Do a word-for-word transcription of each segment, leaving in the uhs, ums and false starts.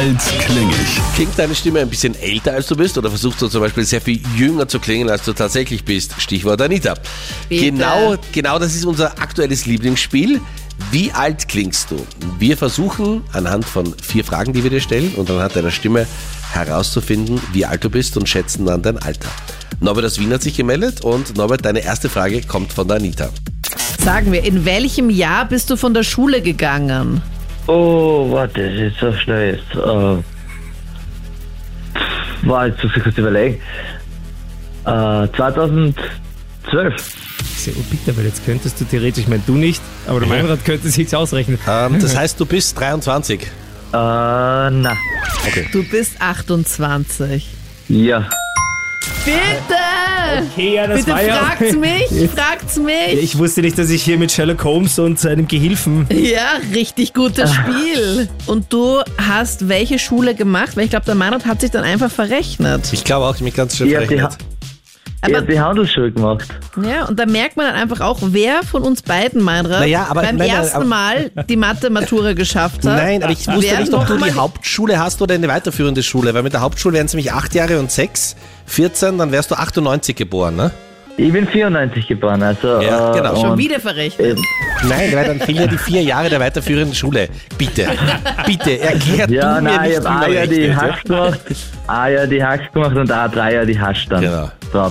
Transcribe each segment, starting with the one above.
alt klinge ich? Klingt deine Stimme ein bisschen älter als du bist oder versuchst du zum Beispiel sehr viel jünger zu klingen, als du tatsächlich bist? Stichwort Anita. Bitte. Genau, genau das ist unser aktuelles Lieblingsspiel. Wie alt klingst du? Wir versuchen anhand von vier Fragen, die wir dir stellen und anhand deiner Stimme herauszufinden, wie alt du bist und schätzen dann dein Alter. Norbert aus Wien hat sich gemeldet und Norbert, deine erste Frage kommt von der Anita. Sagen wir, in welchem Jahr bist du von der Schule gegangen? Oh, warte, das ist so schnell jetzt. Äh, war jetzt so viel kurz überlegen. Äh, zweitausendzwölf. Sehr bitter, weil jetzt könntest du theoretisch, ich meine du nicht, aber der Meinrad könnte es sich ausrechnen. Ähm, das heißt, du bist dreiundzwanzig. Äh, na. Okay. Du bist achtundzwanzig. Ja. Bitte! Okay, ja, das Bitte war ja... fragt's mich, fragt's mich. Ich wusste nicht, dass ich hier mit Sherlock Holmes und seinem Gehilfen... Ja, richtig gutes Spiel. Und du hast welche Schule gemacht? Weil ich glaube, der Meinrad hat sich dann einfach verrechnet. Ich glaube auch, ich mich ganz schön Ich hab die, verrechnet. ha- ich hab die Handelsschule gemacht. Ja, und da merkt man dann einfach auch, wer von uns beiden, Meinrad, Naja, aber- beim nein, nein, ersten aber- Mal die Mathe-Matura geschafft hat. Nein, aber ich wusste Wer nicht, ob du noch die mal- Hauptschule hast oder eine weiterführende Schule, weil mit der Hauptschule wären es nämlich acht Jahre und sechs, vierzehn, dann wärst du achtundneunzig geboren, ne? Ich bin vierundneunzig geboren, also... Ja, äh, genau. Schon und- wieder verrechnet. Nein, weil dann fehlen ja die vier Jahre der weiterführenden Schule. Bitte, bitte, erklär Ja, du mir nein, nicht, ich wie hab man ein Jahr die rechnet, ja? Hasch gemacht, ein Jahr die Hasch gemacht und auch drei Jahre die Hasch dann Genau. drauf.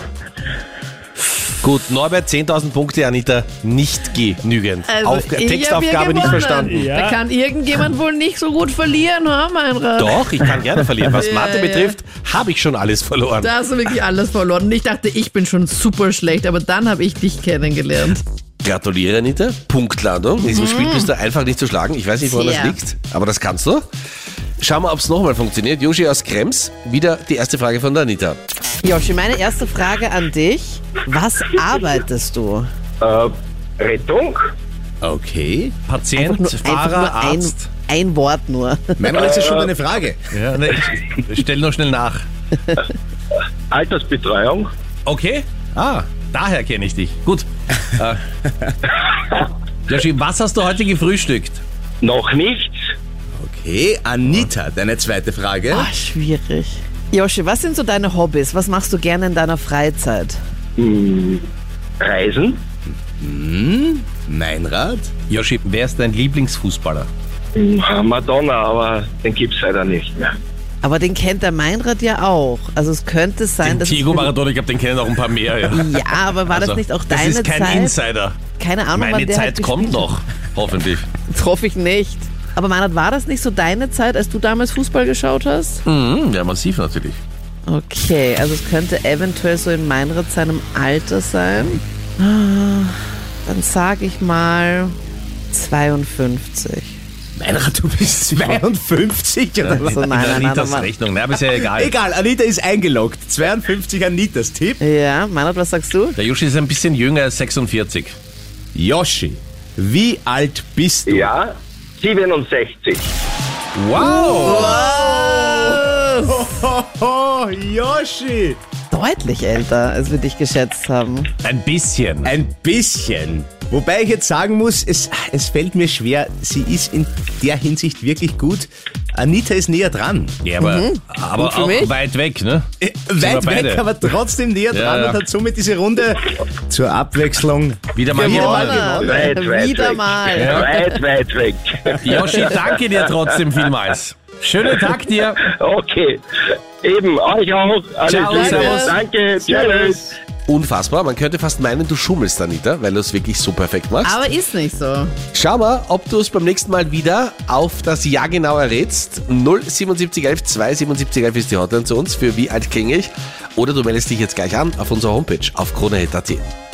Gut, Norbert, zehntausend Punkte, Anita, nicht genügend. Also, Auf, ich hab hier Textaufgabe nicht gewonnen. verstanden. Ja. Da kann irgendjemand wohl nicht so gut verlieren, ha, Meinrad? Doch, ich kann gerne verlieren. Was Ja, Mathe ja. betrifft, habe ich schon alles verloren. Da hast du wirklich alles verloren. Und ich dachte, ich bin schon super schlecht, aber dann habe ich dich kennengelernt. Gratuliere, Anita. Punktlandung. In diesem Spiel bist du einfach nicht zu schlagen. Ich weiß nicht, woran das Sehr. liegt, aber das kannst du. Schauen wir, ob es nochmal funktioniert. Joshi aus Krems, wieder die erste Frage von der Anita. Joshi, meine erste Frage an dich. Was arbeitest du? Äh, Rettung? Okay. Patient, nur, Fahrer, nur ein, Arzt. ein Wort nur. Meinrad, ist ja schon eine Frage. Ja, ne, ich stell nur schnell nach. Altersbetreuung? Okay. Ah, daher kenne ich dich. Gut. äh, Joshi, was hast du heute gefrühstückt? Noch nichts. Okay, Anita, deine zweite Frage. Ah, schwierig. Joshi, was sind so deine Hobbys? Was machst du gerne in deiner Freizeit? Hm, Reisen? Meinrad? Joshi, wer ist dein Lieblingsfußballer? Hm, Madonna, aber den gibt's leider nicht mehr. Aber den kennt der Meinrad ja auch. Also es könnte sein, dass... Diego es für- Maradona, ich glaube, den kennen auch ein paar mehr. Ja, Ja, aber war Also, das nicht auch das deine ist kein Zeit? Insider. Keine Ahnung, Meine wann der Zeit halt kommt gespielt noch, hoffentlich. hat. Das hoffe ich nicht. Aber Meinrad, war das nicht so deine Zeit, als du damals Fußball geschaut hast? Mhm, ja, massiv natürlich. Okay, also es könnte eventuell so in Meinrad seinem Alter sein. Ah, Dann sage ich mal zweiundfünfzig. Meinrad, du bist zweiundfünfzig oder was? So, nein, nein, nein, Anitas nein, Rechnung, na, aber ist ja egal. Egal, Anita ist eingeloggt. zweiundfünfzig Anitas Tipp. Ja, Meinrad, was sagst du? Der Joshi ist ein bisschen jünger als sechsundvierzig. Yoshi, wie alt bist du? Ja, siebenundsechzig. Wow! Oh, Yoshi! Deutlich älter, als wir dich geschätzt haben. Ein bisschen. Ein bisschen. Wobei ich jetzt sagen muss, es, es fällt mir schwer, sie ist in der Hinsicht wirklich gut. Anita ist näher dran. Ja, aber, aber Gut für auch mich. weit weg, ne? Äh, Sind weit wir beide. weg, aber trotzdem näher Ja, dran ja. und hat somit diese Runde zur Abwechslung. Wieder mal Gewonnen. gewonnen. Weit, weit Wieder weg. mal. Weit, weit weg. Joshi, danke dir trotzdem vielmals. Schönen Tag dir. Okay. Eben, euch auch. Alles Ciao, Liebe. servus. Danke. Tschüss. Unfassbar, man könnte fast meinen, du schummelst, Anita, weil du es wirklich so perfekt machst. Aber ist nicht so. Schau mal, ob du es beim nächsten Mal wieder auf das Jahr genau errätst. null siebenundsiebzig elf zwei siebenundsiebzig elf ist die Hotline zu uns für Wie alt klinge ich. Oder du meldest dich jetzt gleich an auf unserer Homepage auf kronehit punkt at.